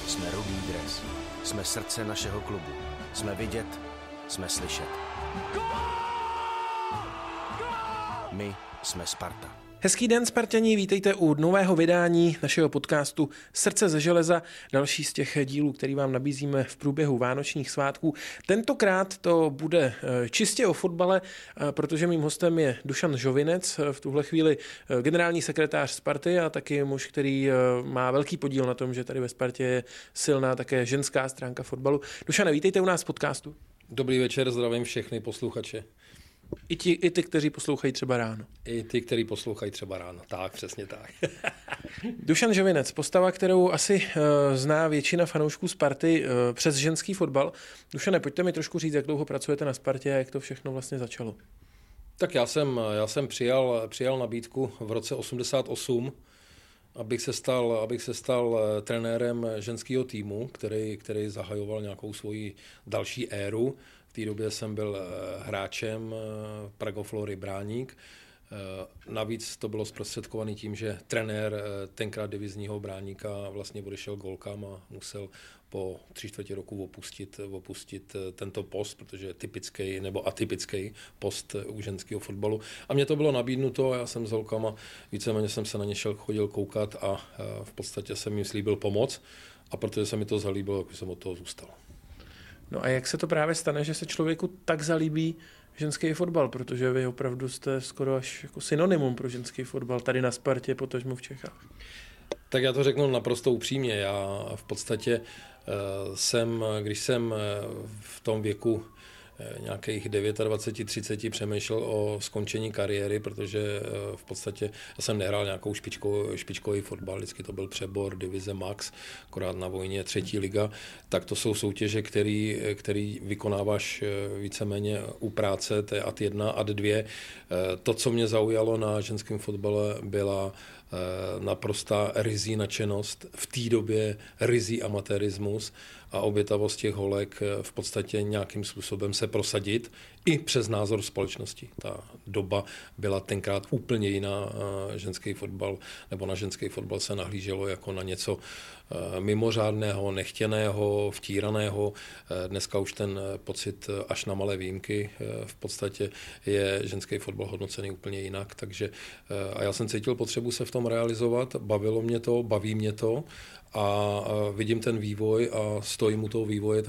Jsme Rudý dres. Jsme srdce našeho klubu. Jsme vidět, jsme slyšet. My jsme Sparta. Hezký den, Sparťani, vítejte u nového vydání našeho podcastu Srdce ze železa, další z těch dílů, který vám nabízíme v průběhu vánočních svátků. Tentokrát to bude čistě o fotbale, protože mým hostem je Dušan Žovinec, v tuhle chvíli generální sekretář Sparty a taky muž, který má velký podíl na tom, že tady ve Spartě je silná také ženská stránka fotbalu. Dušane, vítejte u nás v podcastu. Dobrý večer, zdravím všechny posluchače. I ty, kteří poslouchají třeba ráno. I ty, kteří poslouchají třeba ráno. Tak, přesně tak. Dušan Žovinec, postava, kterou asi zná většina fanoušků Sparty přes ženský fotbal. Dušane, pojďte mi trošku říct, jak dlouho pracujete na Spartě a jak to všechno vlastně začalo. Tak já jsem přijal nabídku v roce 88, abych se stal trenérem ženského týmu, který zahajoval nějakou svoji další éru. V té době jsem byl hráčem Pragoflory Bráník. Navíc to bylo zprostředkované tím, že trenér tenkrát divizního Bráníka vlastně odešel golkám a musel po 3/4 roku opustit tento post, protože je typický nebo atypický post u ženského fotbalu. A mně to bylo nabídnuto a já jsem s holkama, víceméně jsem se na ně chodil koukat a v podstatě jsem jim slíbil pomoc a protože se mi to zalíbilo, tak jsem od toho zůstal. No a jak se to právě stane, že se člověku tak zalíbí ženský fotbal, protože vy opravdu jste skoro až jako synonymum pro ženský fotbal tady na Spartě, potažmo v Čechách? Tak já to řeknu naprosto upřímně. Já v podstatě když jsem v tom věku nějakých 29-30 přemýšlel o skončení kariéry, protože v podstatě já jsem nehrál nějakou špičkový fotbal, vždycky to byl přebor, divize Max, akorát na vojně 3. liga, tak to jsou soutěže, který vykonáváš víceméně u práce, to je ad 1, ad 2. To, co mě zaujalo na ženském fotbale, byla naprostá ryzí nadšenost, v té době ryzí amatérismus a obětavost těch holek v podstatě nějakým způsobem se prosadit i přes názor společnosti. Ta doba byla tenkrát úplně jiná, ženský fotbal, nebo na ženský fotbal se nahlíželo jako na něco mimořádného, nechtěného, vtíraného. Dneska už ten pocit až na malé výjimky v podstatě je ženský fotbal hodnocený úplně jinak, takže a já jsem cítil potřebu se v tom realizovat, bavilo mě to, baví mě to a vidím ten vývoj a stojím u toho vývoje,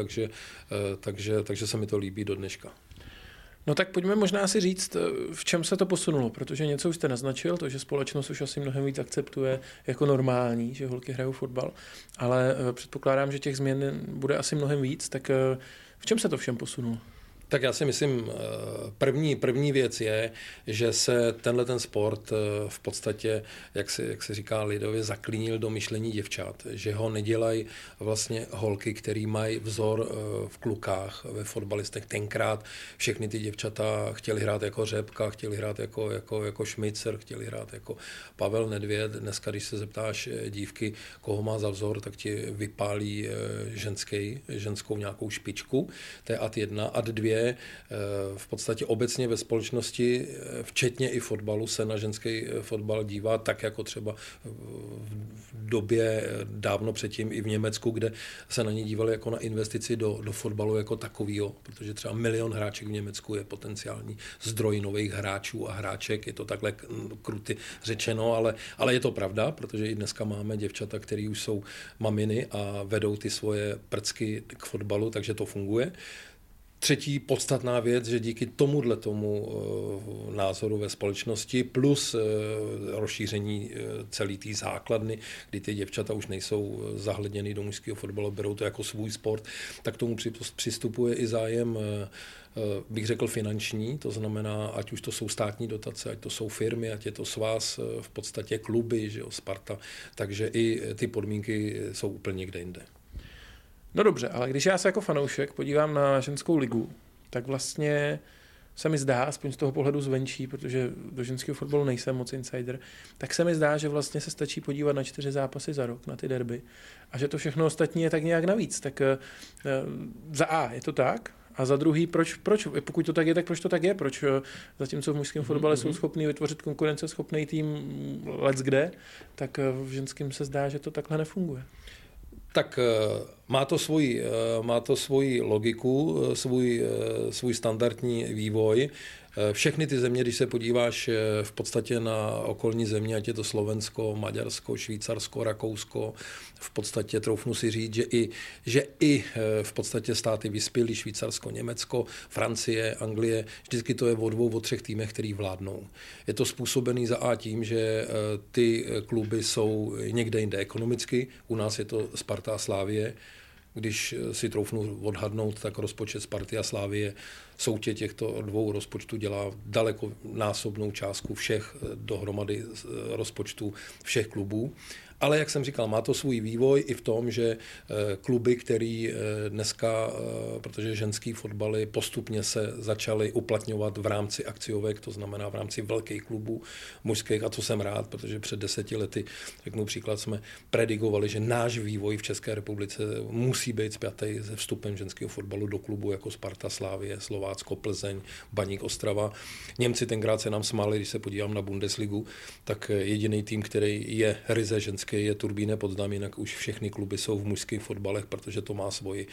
takže se mi to líbí do dneška. No tak pojďme možná si říct, v čem se to posunulo, protože něco už jste naznačil, to, že společnost už asi mnohem víc akceptuje jako normální, že holky hrajou fotbal, ale předpokládám, že těch změn bude asi mnohem víc, tak v čem se to všem posunulo? Tak já si myslím, první věc je, že se ten sport v podstatě, jak se říká lidově, zaklínil do myšlení děvčat, že ho nedělají vlastně holky, který mají vzor v klukách, ve fotbalistech. Tenkrát všechny ty děvčata chtěli hrát jako Řepka, chtěli hrát jako Šmicer, chtěli hrát jako Pavel Nedvěd. Dneska, když se zeptáš dívky, koho má za vzor, tak ti vypálí ženskou nějakou špičku. To je ad 1, ad 2. V podstatě obecně ve společnosti, včetně i fotbalu, se na ženský fotbal dívá tak, jako třeba v době dávno předtím i v Německu, kde se na ně dívali jako na investici do fotbalu jako takovýho, protože třeba 1 milion hráček v Německu je potenciální zdroj nových hráčů a hráček, je to takhle kruty řečeno, ale je to pravda, protože i dneska máme děvčata, který už jsou maminy a vedou ty svoje prcky k fotbalu, takže to funguje. Třetí podstatná věc, že díky tomu názoru ve společnosti plus rozšíření celé té základny, kdy ty děvčata už nejsou zahleděny do mužského fotbalu, berou to jako svůj sport, tak tomu přistupuje i zájem, bych řekl, finanční, to znamená, ať už to jsou státní dotace, ať to jsou firmy, ať je to svaz, v podstatě kluby, že jo, Sparta, takže i ty podmínky jsou úplně někde jinde. No dobře, ale když já se jako fanoušek podívám na ženskou ligu, tak vlastně se mi zdá, aspoň z toho pohledu zvenčí, protože do ženského fotbalu nejsem moc insider, tak se mi zdá, že vlastně se stačí podívat na 4 zápasy za rok, na ty derby, a že to všechno ostatní je tak nějak navíc. Tak za A je to tak, a za druhý, proč, pokud to tak je, tak proč to tak je? Proč zatímco v mužském fotbale jsou schopní vytvořit konkurenceschopný tým leckde, tak v ženském se zdá, že to takhle nefunguje. Tak má to svoji logiku, svůj standardní vývoj. Všechny ty země, když se podíváš v podstatě na okolní země, ať je to Slovensko, Maďarsko, Švýcarsko, Rakousko, v podstatě troufnu si říct, že i v podstatě státy vyspělí, Švýcarsko, Německo, Francie, Anglie, vždycky to je o 2, o 3 týmech, který vládnou. Je to způsobený za A tím, že ty kluby jsou někde jinde ekonomicky, u nás je to Sparta a Slavie. Když si troufnu odhadnout, tak rozpočet Sparty a Slavie soutěž těchto 2 rozpočtů dělá daleko násobnou částku všech dohromady rozpočtů všech klubů. Ale jak jsem říkal, má to svůj vývoj i v tom, že kluby, který dneska, protože ženský fotbaly postupně se začaly uplatňovat v rámci akciovek, to znamená v rámci velkých klubů mužských, a to jsem rád, protože před 10 lety, řeknu příklad, jsme predigovali, že náš vývoj v České republice musí být spjatý se vstupem ženského fotbalu do klubu jako Sparta, Slavie, Slovácko, Plzeň, Baník, Ostrava. Němci tenkrát se nám smáli, když se podívám na Bundesligu, tak jediný tým, který je ryze ženský, je Turbíne Potsdam, jinak už všechny kluby jsou v mužských fotbalech, protože to má svoji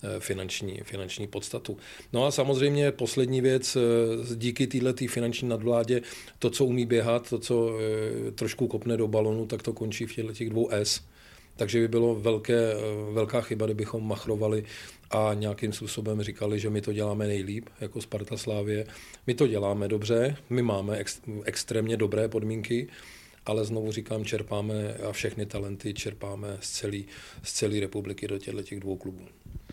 finanční podstatu. No a samozřejmě poslední věc, díky této finanční nadvládě, to, co umí běhat, to, co trošku kopne do balonu, tak to končí v těch 2 S. Takže by bylo velká chyba, kdybychom machrovali a nějakým způsobem říkali, že my to děláme nejlíp, jako Sparta Slavie. My to děláme dobře, my máme extrémně dobré podmínky, ale znovu říkám, čerpáme a všechny talenty čerpáme z celé republiky do těch 2 klubů.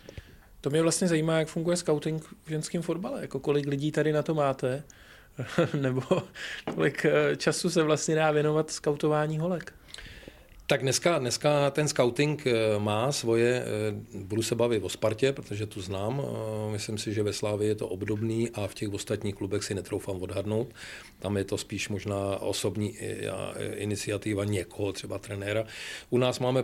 To mě vlastně zajímá, jak funguje scouting v ženském fotbale, jako kolik lidí tady na to máte, nebo kolik času se vlastně dá věnovat skautování holek. Tak dneska ten scouting má svoje, budu se bavit o Spartě, protože tu znám, myslím si, že ve Slávii je to obdobný a v těch ostatních klubech si netroufám odhadnout. Tam je to spíš možná osobní iniciativa někoho, třeba trenéra. U nás máme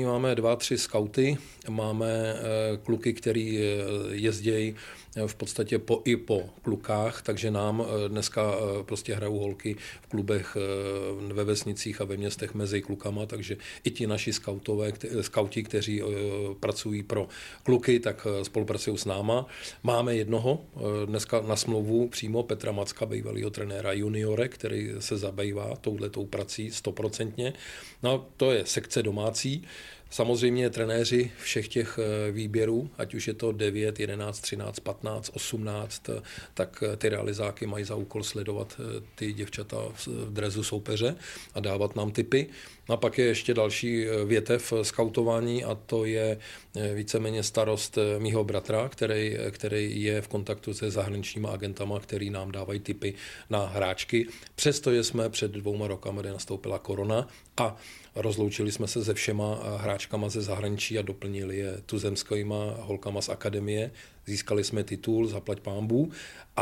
2-3 skauty, máme kluky, který jezdějí v podstatě i po klukách, takže nám dneska prostě hrajou holky v klubech ve vesnicích a ve městech mezi klukama, takže i ti naši skauti, kteří pracují pro kluky, tak spolupracují s náma. Máme jednoho dneska na smlouvu přímo Petra Macka, bývalého trenéra juniorek, který se zabývá touhletou prací 100%. No, to je sekce domácí. Samozřejmě trenéři všech těch výběrů, ať už je to 9, 11, 13, 15, 18, tak ty realizáky mají za úkol sledovat ty děvčata v dresu soupeře a dávat nám tipy. A pak je ještě další větev skautování a to je víceméně starost mýho bratra, který je v kontaktu se zahraničníma agentama, který nám dávají tipy na hráčky. Přestože jsme před 2 rokama, kdy nastoupila korona a rozloučili jsme se se všema hráčkama ze zahraničí a doplnili je tuzemskýma holkama z akademie. Získali jsme titul, zaplať pánbů,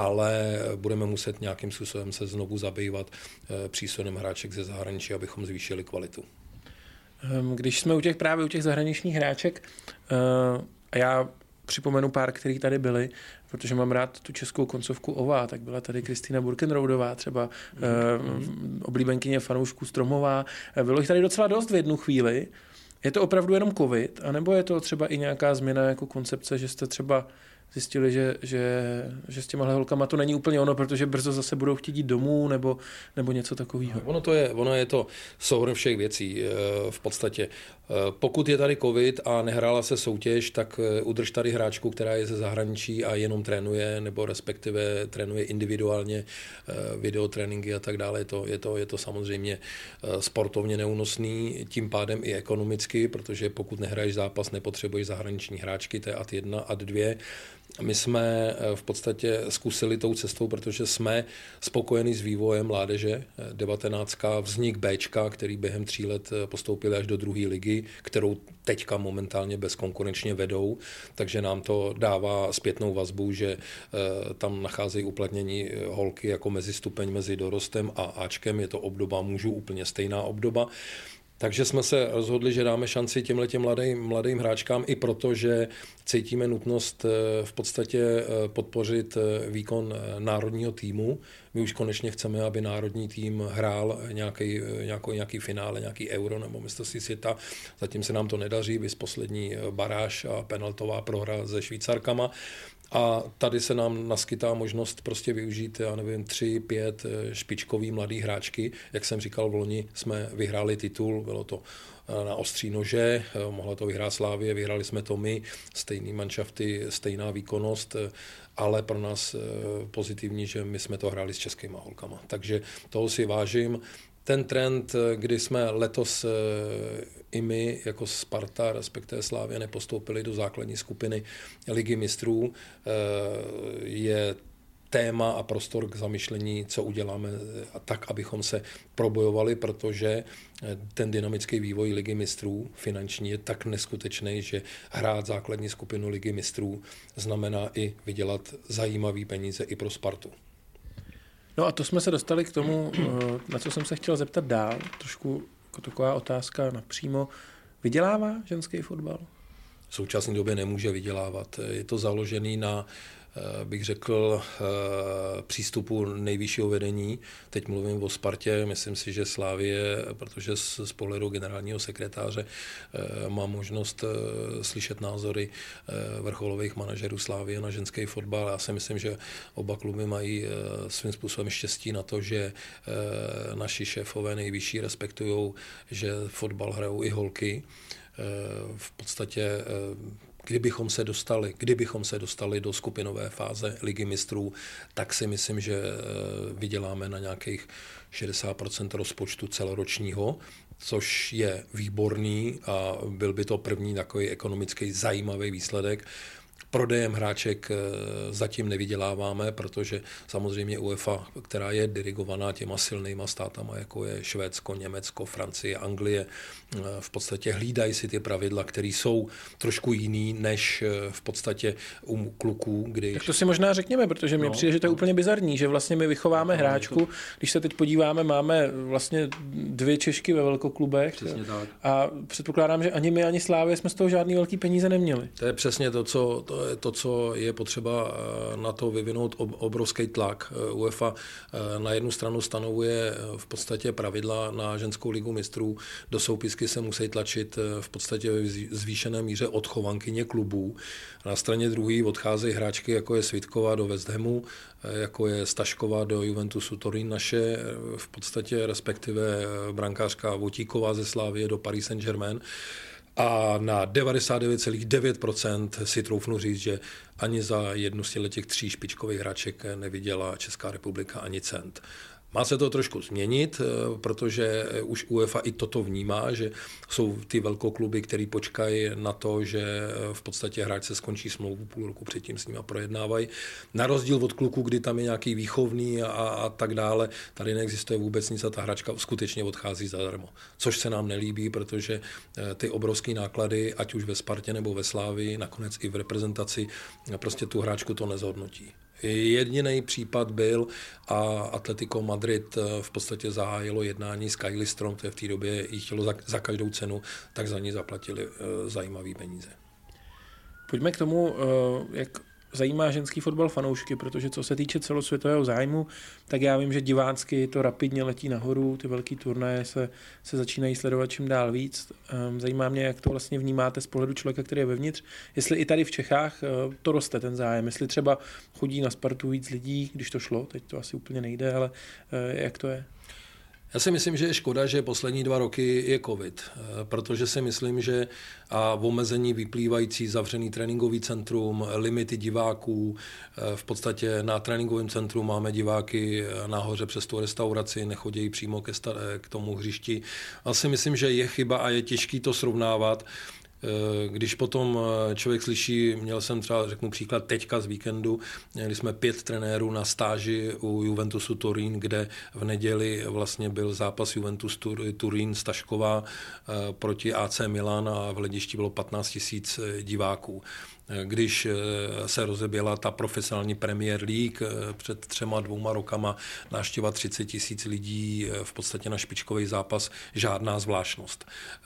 ale budeme muset nějakým způsobem se znovu zabývat přísunem hráček ze zahraničí, abychom zvýšili kvalitu. Když jsme u těch zahraničních hráček, a já připomenu pár, který tady byli, protože mám rád tu českou koncovku OVA, tak byla tady Kristýna Burkenroudová, třeba oblíbenkyně fanoušků Stromová. Bylo jich tady docela dost v jednu chvíli. Je to opravdu jenom covid, anebo je to třeba i nějaká změna jako koncepce, že jste třeba zjistili, že s těmahle holkama to není úplně ono, protože brzo zase budou chtít jít domů nebo něco takového? Ono je to souhrn všech věcí v podstatě. Pokud je tady covid a nehrála se soutěž, tak udrž tady hráčku, která je ze zahraničí a jenom trénuje, nebo respektive trénuje individuálně videotréninky a tak dále. Je to samozřejmě sportovně neúnosný, tím pádem i ekonomicky, protože pokud nehraješ zápas, nepotřebuješ zahraniční hráčky, to je ad 1, ad 2. My jsme v podstatě zkusili tou cestou, protože jsme spokojeni s vývojem mládeže. 19. vznik Bčka, který během 3 let postoupili až do 2. ligy, kterou teďka momentálně bezkonkurenčně vedou, takže nám to dává zpětnou vazbu, že tam nacházejí uplatnění holky jako mezistupeň mezi dorostem a Ačkem. Je to obdoba mužů, úplně stejná obdoba. Takže jsme se rozhodli, že dáme šanci těmhletěm mladým hráčkám i proto, že cítíme nutnost v podstatě podpořit výkon národního týmu. My už konečně chceme, aby národní tým hrál nějaký finále, nějaký euro nebo mistrovství světa. Zatím se nám to nedaří, vys poslední baráž a penaltová prohra se Švýcarkama. A tady se nám naskytá možnost prostě využít, 3-5 špičkový mladý hráčky. Jak jsem říkal, v loni jsme vyhráli titul, bylo to na ostří nože, mohla to vyhrát Slavie, vyhráli jsme to my, stejný manšafty, stejná výkonnost, ale pro nás pozitivní, že my jsme to hráli s českýma holkama. Takže toho si vážím. Ten trend, kdy jsme letos i my jako Sparta, respektive Slavie, nepostoupili do základní skupiny Ligy mistrů, je téma a prostor k zamyšlení, co uděláme tak, abychom se probojovali, protože ten dynamický vývoj Ligy mistrů finanční je tak neskutečný, že hrát základní skupinu Ligy mistrů znamená i vydělat zajímavý peníze i pro Spartu. No a to jsme se dostali k tomu, na co jsem se chtěl zeptat dál. Trošku jako taková otázka napřímo. Vydělává ženský fotbal? V současné době nemůže vydělávat. Je to založený na, bych řekl, přístupu nejvyššího vedení. Teď mluvím o Spartě, myslím si, že Slavie, protože z pohledu generálního sekretáře mám možnost slyšet názory vrcholových manažerů Slavie na ženský fotbal. Já si myslím, že oba kluby mají svým způsobem štěstí na to, že naši šéfové nejvyšší respektují, že fotbal hrajou i holky. V podstatě kdybychom se dostali do skupinové fáze Ligy mistrů, tak si myslím, že vyděláme na nějakých 60% rozpočtu celoročního, což je výborný a byl by to první takový ekonomický zajímavý výsledek. Prodejem hráček zatím nevyděláváme, protože samozřejmě UEFA, která je dirigovaná těma silnýma státama, jako je Švédsko, Německo, Francie, Anglie, v podstatě hlídají si ty pravidla, které jsou trošku jiný než v podstatě u kluků, když... Tak to si možná řekněme, protože mně přijde, že to je úplně bizarní, že vlastně my vychováme hráčku, když se teď podíváme, máme vlastně 2 Češky ve velkoklubech. Přesně tak. A předpokládám, že ani my, ani Slavie jsme z toho žádný velký peníze neměli. To je přesně to, co je potřeba na to vyvinout obrovský tlak. UEFA na jednu stranu stanovuje v podstatě pravidla na ženskou ligu mistrů. Do soupisky se musí tlačit v podstatě v zvýšené míře odchovankyně klubů. Na straně druhé odcházejí hráčky, jako je Svitková do West Hamu, jako je Stašková do Juventusu Turín naše, v podstatě respektive brankářka Votíková ze Slavie do Paris Saint-Germain. A na 99,9% si troufnu říct, že ani za jednu z těch 3 špičkových hráček neviděla Česká republika ani cent. Má se to trošku změnit, protože už UEFA i toto vnímá, že jsou ty velkokluby, který počkají na to, že v podstatě hráč se skončí smlouvu půl roku předtím s nimi projednávají. Na rozdíl od kluků, kdy tam je nějaký výchovný a tak dále, tady neexistuje vůbec nic a ta hráčka skutečně odchází zadarmo. Což se nám nelíbí, protože ty obrovské náklady, ať už ve Spartě nebo ve Slávii, nakonec i v reprezentaci, prostě tu hráčku to nezhodnotí. Jediný případ byl a Atletico Madrid v podstatě zahájilo jednání s Kylie Strom, to je v té době jí chtělo za každou cenu, tak za ní zaplatili zajímavý peníze. Pojďme k tomu, jak zajímá ženský fotbal fanoušky, protože co se týče celosvětového zájmu, tak já vím, že divácky to rapidně letí nahoru, ty velký turnaje se začínají sledovat čím dál víc. Zajímá mě, jak to vlastně vnímáte z pohledu člověka, který je vevnitř. Jestli i tady v Čechách to roste ten zájem, jestli třeba chodí na Spartu víc lidí, když to šlo, teď to asi úplně nejde, ale jak to je? Já si myslím, že je škoda, že poslední 2 roky je covid, protože si myslím, že a omezení vyplývající zavřený tréninkový centrum, limity diváků, v podstatě na tréninkovém centru máme diváky nahoře přes tu restauraci, nechodí přímo k tomu hřišti. Já si myslím, že je chyba a je těžký to srovnávat. Když potom člověk slyší, měl jsem třeba, řeknu příklad, teďka z víkendu, měli jsme 5 trenérů na stáži u Juventusu Turín, kde v neděli vlastně byl zápas Juventus Turín Stašková proti AC Milan a v hledišti bylo 15 000 diváků. Když se rozeběla ta profesionální Premier League před 2 rokama, návštěva 30 000 lidí, v podstatě na špičkový zápas, žádná zvláštnost.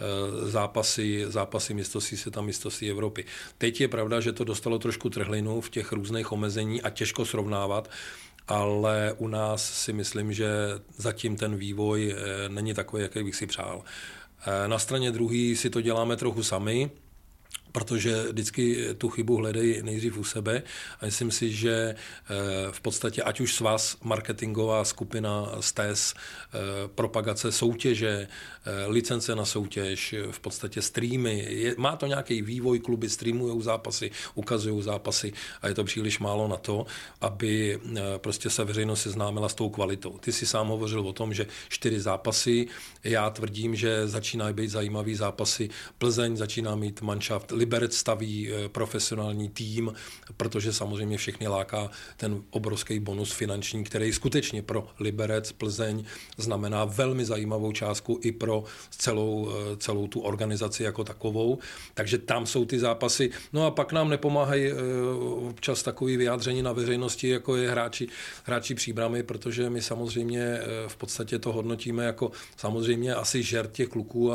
Zápasy mistrovství světa, mistrovství Evropy. Teď je pravda, že to dostalo trošku trhlinu v těch různých omezení a těžko srovnávat, ale u nás si myslím, že zatím ten vývoj není takový, jaký bych si přál. Na straně druhé si to děláme trochu sami, protože vždycky tu chybu hledají nejdřív u sebe a myslím si, že v podstatě ať už svaz, marketingová skupina, STES, propagace soutěže, licence na soutěž, v podstatě streamy, má to nějaký vývoj, kluby streamujou zápasy, ukazují zápasy a je to příliš málo na to, aby prostě se veřejnost seznámila s tou kvalitou. Ty si sám hovořil o tom, že 4 zápasy, já tvrdím, že začínají být zajímavý zápasy, Plzeň začíná mít manšaft, Liberec staví profesionální tým, protože samozřejmě všechny láká ten obrovský bonus finanční, který skutečně pro Liberec, Plzeň znamená velmi zajímavou částku i pro celou tu organizaci jako takovou. Takže tam jsou ty zápasy. No a pak nám nepomáhají občas takový vyjádření na veřejnosti, jako je hráči Příbramy, protože my samozřejmě v podstatě to hodnotíme jako samozřejmě asi žert těch kluků,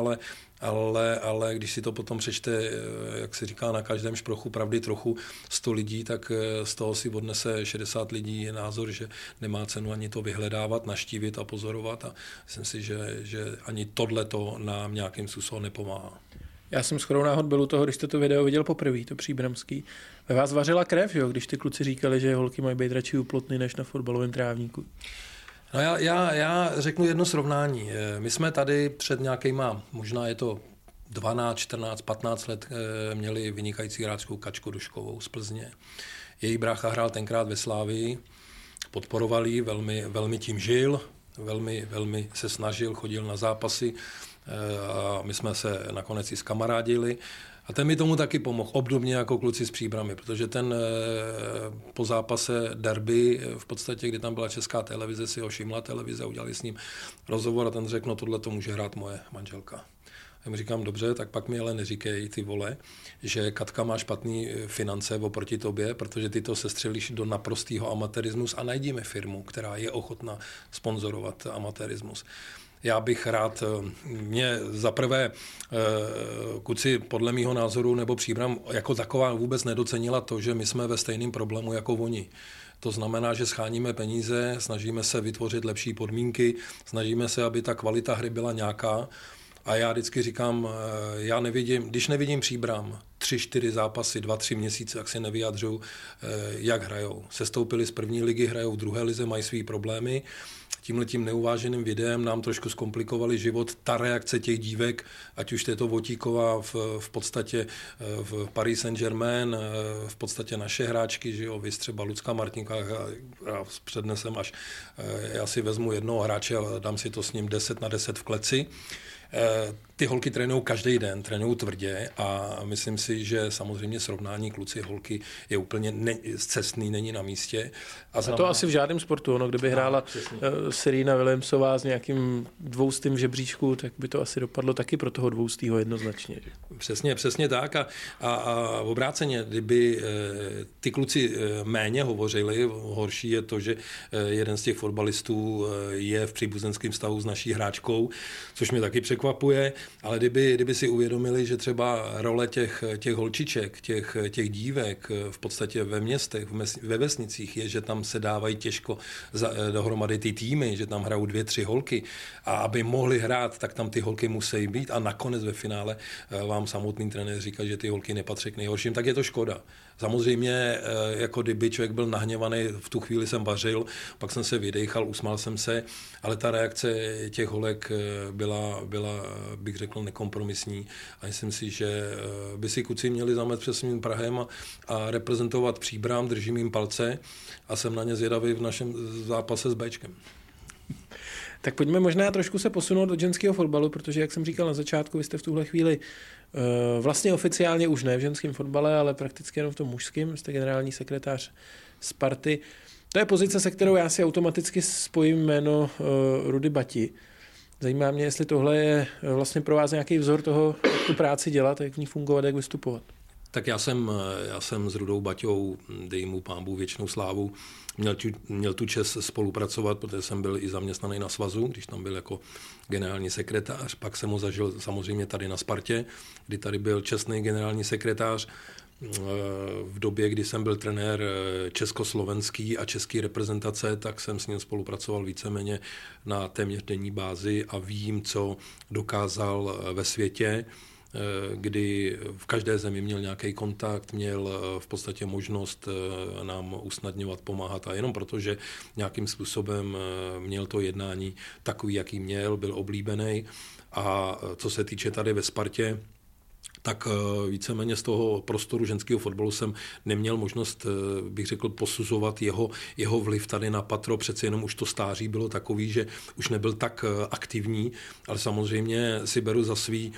ale když si to potom přečte, jak se říká, na každém šprochu pravdy trochu 100 lidí, tak z toho si odnese 60 lidí názor, že nemá cenu ani to vyhledávat, naštívit a pozorovat a myslím si, že ani tohleto nám nějakým způsobem nepomáhá. Já jsem shodou náhod byl u toho, když jste to video viděl poprvé, to příbramský. Ve vás vařila krev, jo, když ty kluci říkali, že holky mají být radši u plotny než na fotbalovém trávníku. No já řeknu jedno srovnání. My jsme tady před nějakýma, možná je to 12, 14, 15 let, měli vynikající hráčku Kačku Duškovou z Plzně. Její brácha hrál tenkrát ve Slávii, podporoval ji, velmi tím žil, velmi se snažil, chodil na zápasy a my jsme se nakonec i zkamarádili. A ten mi tomu taky pomohl, obdobně jako kluci z Příbramy, protože ten po zápase derby, v podstatě, kdy tam byla Česká televize, si ho všimla televize, udělali s ním rozhovor a ten řekl, no tohle to může hrát moje manželka. Já mu říkám, dobře, tak pak mi ale neříkej, ty vole, že Katka má špatný finance oproti tobě, protože ty to sestřelíš do naprostého amatérismus a najdíme firmu, která je ochotná sponzorovat amatérismus. Já bych rád, mě zaprvé kluci podle mýho názoru nebo Příbram jako taková vůbec nedocenila to, že my jsme ve stejném problému jako oni. To znamená, že scháníme peníze, snažíme se vytvořit lepší podmínky, snažíme se, aby ta kvalita hry byla nějaká. A já vždycky říkám, když nevidím Příbram 3-4 zápasy, 2-3 měsíce, jak se nevyjadřují, jak hrajou. Sestoupili z první ligy, hrajou v druhé lize, mají svý problémy. Tímhletím neuváženým videem nám trošku zkomplikovali život. Ta reakce těch dívek, ať už je to Votíková v podstatě v Paris Saint-Germain, v podstatě naše hráčky, že jo, vys třeba Lucka Martinka, já přednesem až, já si vezmu jednoho hráče a dám si to s ním 10/10 v kleci. Ty holky trénují každý den, trénují tvrdě a myslím si, že samozřejmě srovnání kluci holky je úplně scestný, není na místě. A to asi v žádném sportu, kdyby hrála Serena Williamsová s nějakým 200. žebříčku, tak by to asi dopadlo taky pro toho 200. jednoznačně. Že? Přesně tak a obráceně, kdyby ty kluci méně hovořili, horší je to, že jeden z těch fotbalistů je v příbuzenském vztahu s naší hráčkou, což mě taky překvapuje, ale kdyby si uvědomili, že třeba role těch holčiček, těch dívek v podstatě ve městech, ve vesnicích je, že tam se dávají těžko dohromady ty týmy, že tam hrajou 2-3 holky a aby mohly hrát, tak tam ty holky musí být a nakonec ve finále vám samotný trenér říká, že ty holky nepatří k nejhorším, tak je to škoda. Samozřejmě, jako kdyby člověk byl nahněvaný, v tu chvíli jsem vařil, pak jsem se vydejchal, usmál jsem se, ale ta reakce těch holek byla bych řekl, nekompromisní. A myslím si, že by si kluci měli zamet před svým prahem a reprezentovat Příbram, držím jim palce a jsem na ně zvědavý v našem zápase s Béčkem. Tak pojďme možná trošku se posunout od ženského fotbalu, protože, jak jsem říkal na začátku, vy jste v tuhle chvíli vlastně oficiálně už ne v ženském fotbale, ale prakticky jenom v tom mužském. Jste generální sekretář Sparty. To je pozice, se kterou já si automaticky spojím jméno Rudy Bati. Zajímá mě, jestli tohle je vlastně pro vás nějaký vzor toho, jak tu práci dělat, jak v ní fungovat, jak vystupovat. Tak já jsem s Rudou Baťou, dej mu pánbůh věčnou slávu, měl tu čest spolupracovat, protože jsem byl i zaměstnaný na svazu, když tam byl jako generální sekretář. Pak jsem ho zažil samozřejmě tady na Spartě, kdy tady byl čestný generální sekretář. V době, kdy jsem byl trenér československý a český reprezentace, tak jsem s ním spolupracoval víceméně na téměř denní bázi a vím, co dokázal ve světě, kdy v každé zemi měl nějaký kontakt, měl v podstatě možnost nám usnadňovat, pomáhat a jenom proto, že nějakým způsobem měl to jednání takový, jaký měl, byl oblíbený. A co se týče tady ve Spartě, tak víceméně z toho prostoru ženského fotbalu jsem neměl možnost, bych řekl, posuzovat jeho vliv tady na patro. Přece jenom už to stáří bylo takový, že už nebyl tak aktivní, ale samozřejmě si beru za svý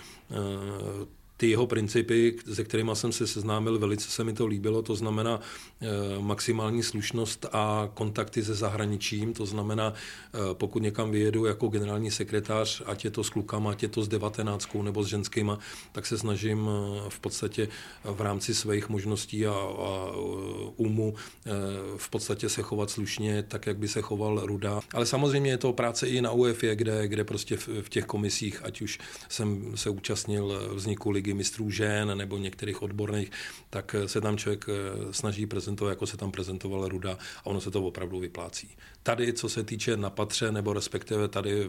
ty jeho principy, se kterými jsem se seznámil, velice se mi to líbilo, to znamená maximální slušnost a kontakty se zahraničím, to znamená, pokud někam vyjedu jako generální sekretář, ať je to s klukama, ať je to s 19 nebo s ženskýma, tak se snažím v podstatě v rámci svých možností a umu v podstatě se chovat slušně, tak, jak by se choval Ruda. Ale samozřejmě je to práce i na UEFA, kde prostě v těch komisích, ať už jsem se účastnil vzniku ligy mistrů žen nebo některých odborných, tak se tam člověk snaží prezentovat, jako se tam prezentovala Ruda a ono se to opravdu vyplácí. Tady, co se týče na patře, nebo respektive tady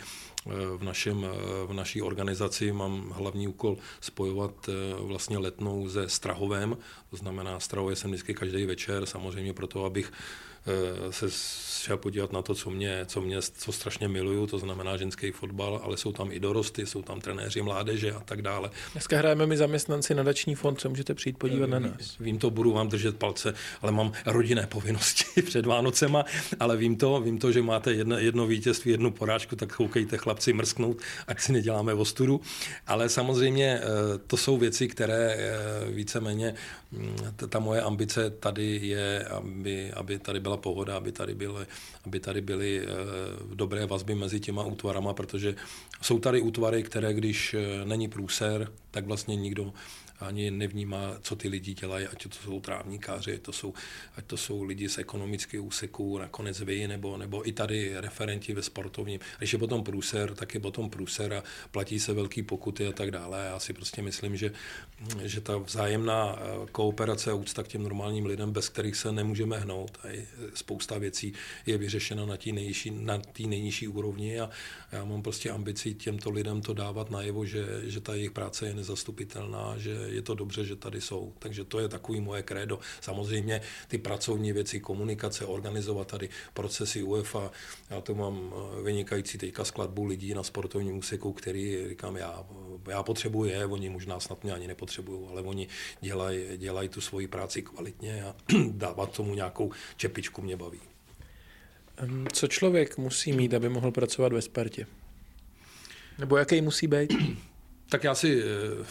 v naší organizaci mám hlavní úkol spojovat vlastně Letnou se Strahovem, to znamená Strahové jsem vždycky každý večer, samozřejmě proto, abych se šel podívat na to, co strašně miluju, to znamená ženský fotbal, ale jsou tam i dorosty, jsou tam trenéři mládeže a tak dále. Dneska hrajeme my zaměstnanci nadační fond, se můžete přijít podívat na nás. Vím to, budu vám držet palce, ale mám rodinné povinnosti před Vánocema, ale vím to, že máte jedno vítězství, jednu porážku, tak koukejte chlapci mrsknout, ať si neděláme ostudu. Ale samozřejmě to jsou věci, které víceméně ta moje ambice tady je, aby tady byla pohoda, aby tady byly dobré vazby mezi těma útvarama, protože jsou tady útvary, které když není průser, tak vlastně nikdo ani nevnímá, co ty lidi dělají, ať to jsou trávníkáři, ať to jsou lidi z ekonomických úseků, nakonec vy, nebo i tady referenti ve sportovním. Když je potom průser, tak je potom průser a platí se velký pokuty a tak dále. Já si prostě myslím, že ta vzájemná kooperace a úcta k těm normálním lidem, bez kterých se nemůžeme hnout, a spousta věcí je vyřešena na té nejnižší úrovni a já mám prostě ambici těmto lidem to dávat najevo, že ta jejich práce je nezastupitelná, že je to dobře, že tady jsou. Takže to je takový moje krédo. Samozřejmě ty pracovní věci, komunikace, organizovat tady procesy UEFA. Já to mám vynikající teďka skladbu lidí na sportovním úseku, který říkám, já potřebuji je, oni možná snad mě ani nepotřebují, ale oni dělají tu svoji práci kvalitně a dávat tomu nějakou čepičku mě baví. Co člověk musí mít, aby mohl pracovat ve Spartě? Nebo jaký musí být? Tak já si,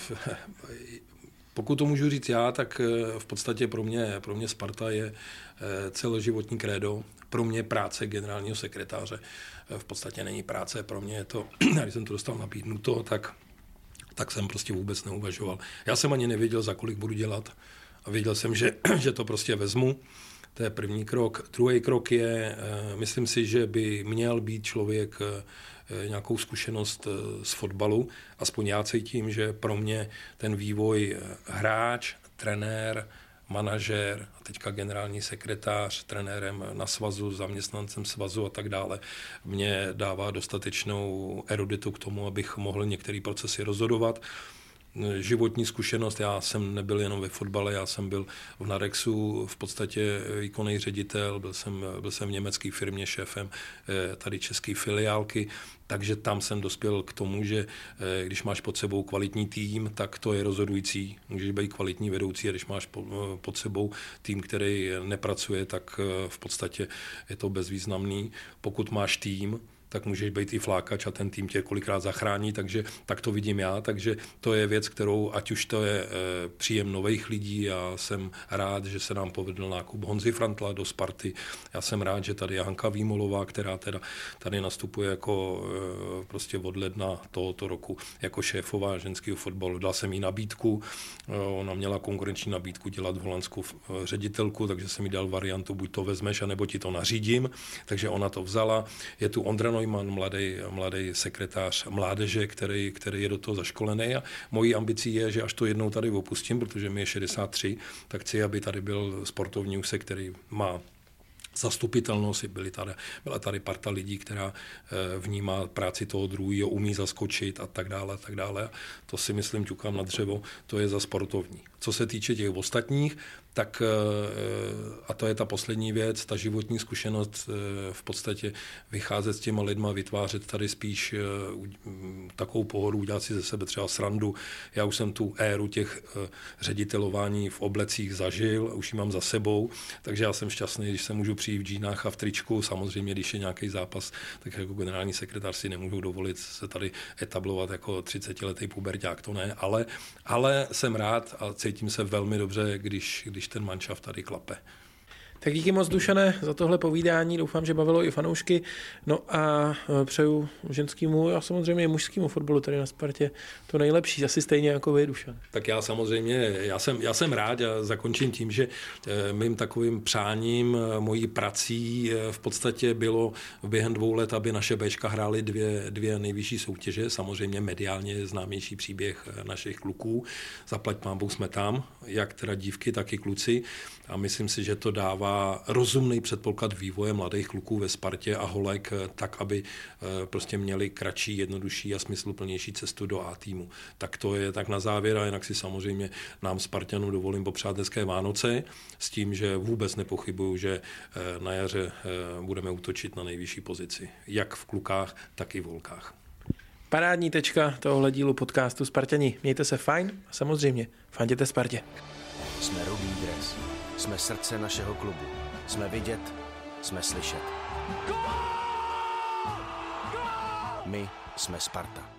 pokud to můžu říct já, tak v podstatě pro mě Sparta je celoživotní krédo. Pro mě práce generálního sekretáře v podstatě není práce. Pro mě je to, když jsem to dostal nabídnuto, tak jsem prostě vůbec neuvažoval. Já jsem ani nevěděl, za kolik budu dělat a věděl jsem, že to prostě vezmu. To je první krok. Druhý krok je, myslím si, že by měl být člověk nějakou zkušenost z fotbalu. Aspoň já cítím, že pro mě ten vývoj hráč, trenér, manažer a teďka generální sekretář, trenérem na svazu, zaměstnancem svazu a tak dále, mě dává dostatečnou eruditu k tomu, abych mohl některé procesy rozhodovat. Životní zkušenost, já jsem nebyl jenom ve fotbale, já jsem byl v Narexu v podstatě výkonný ředitel, byl jsem v německé firmě šéfem tady české filiálky, takže tam jsem dospěl k tomu, že když máš pod sebou kvalitní tým, tak to je rozhodující. Můžeš být kvalitní vedoucí a když máš pod sebou tým, který nepracuje, tak v podstatě je to bezvýznamný. Pokud máš tým, tak můžeš být i flákač a ten tým tě kolikrát zachrání, takže tak to vidím já, takže to je věc, kterou, ať už to je příjem nových lidí, já jsem rád, že se nám povedl nákup Honzy Frantla do Sparty, já jsem rád, že tady je Hanka Výmolová, která teda tady nastupuje jako prostě od ledna tohoto roku jako šéfová ženského fotbalu. Dal jsem jí nabídku, ona měla konkurenční nabídku dělat v Holandsku ředitelku, takže jsem jí dal variantu, buď to vezmeš, anebo ti to nařídím, takže ona to vzala. Je tu Ondra Neumann, mladý sekretář mládeže, který je do toho zaškolený a mojí ambicí je, že až to jednou tady opustím, protože mi je 63, tak chci, aby tady byl sportovní úsek, který má zastupitelnost, byla tady parta lidí, která vnímá práci toho druhého, umí zaskočit a tak dále. To si myslím, ťukám na dřevo, to je za sportovní. Co se týče těch ostatních, tak a to je ta poslední věc, ta životní zkušenost v podstatě vycházet s těma lidma, vytvářet tady spíš takovou pohodu, udělat si ze sebe třeba srandu. Já už jsem tu éru těch ředitelování v oblecích zažil, už ji mám za sebou, takže já jsem šťastný, když se můžu přijít v džínách a v tričku. Samozřejmě, když je nějaký zápas, tak jako generální sekretář si nemůžu dovolit se tady etablovat jako 30letý puberťák, to ne, ale jsem rád a cítím se velmi dobře, když ten manšaft tady klape. Tak díky moc, Dušane, za tohle povídání. Doufám, že bavilo i fanoušky. No a přeju ženskému a samozřejmě mužskému fotbalu tady na Spartě to nejlepší. Asi stejně jako vy, Dušan. Tak já samozřejmě, já jsem rád a zakončím tím, že mým takovým přáním, mojí prací v podstatě bylo během 2 let, aby naše Bčka hrály dvě nejvyšší soutěže. Samozřejmě mediálně známější příběh našich kluků. Zaplať pánbůh jsme tam, jak teda dívky, tak i kluci. A myslím si, že to dává rozumný předpoklad vývoje mladých kluků ve Spartě a holek tak, aby prostě měli kratší, jednodušší a smysluplnější cestu do A týmu. Tak to je tak na závěr a jinak si samozřejmě nám Spartanům dovolím popřát hezké Vánoce s tím, že vůbec nepochybuju, že na jaře budeme útočit na nejvyšší pozici. Jak v klukách, tak i v holkách. Parádní tečka tohohle dílu podcastu Spartani. Mějte se fajn a samozřejmě fanděte Spartě. Jsme Rudý dres. Jsme srdce našeho klubu. Jsme vidět, jsme slyšet. My jsme Sparta.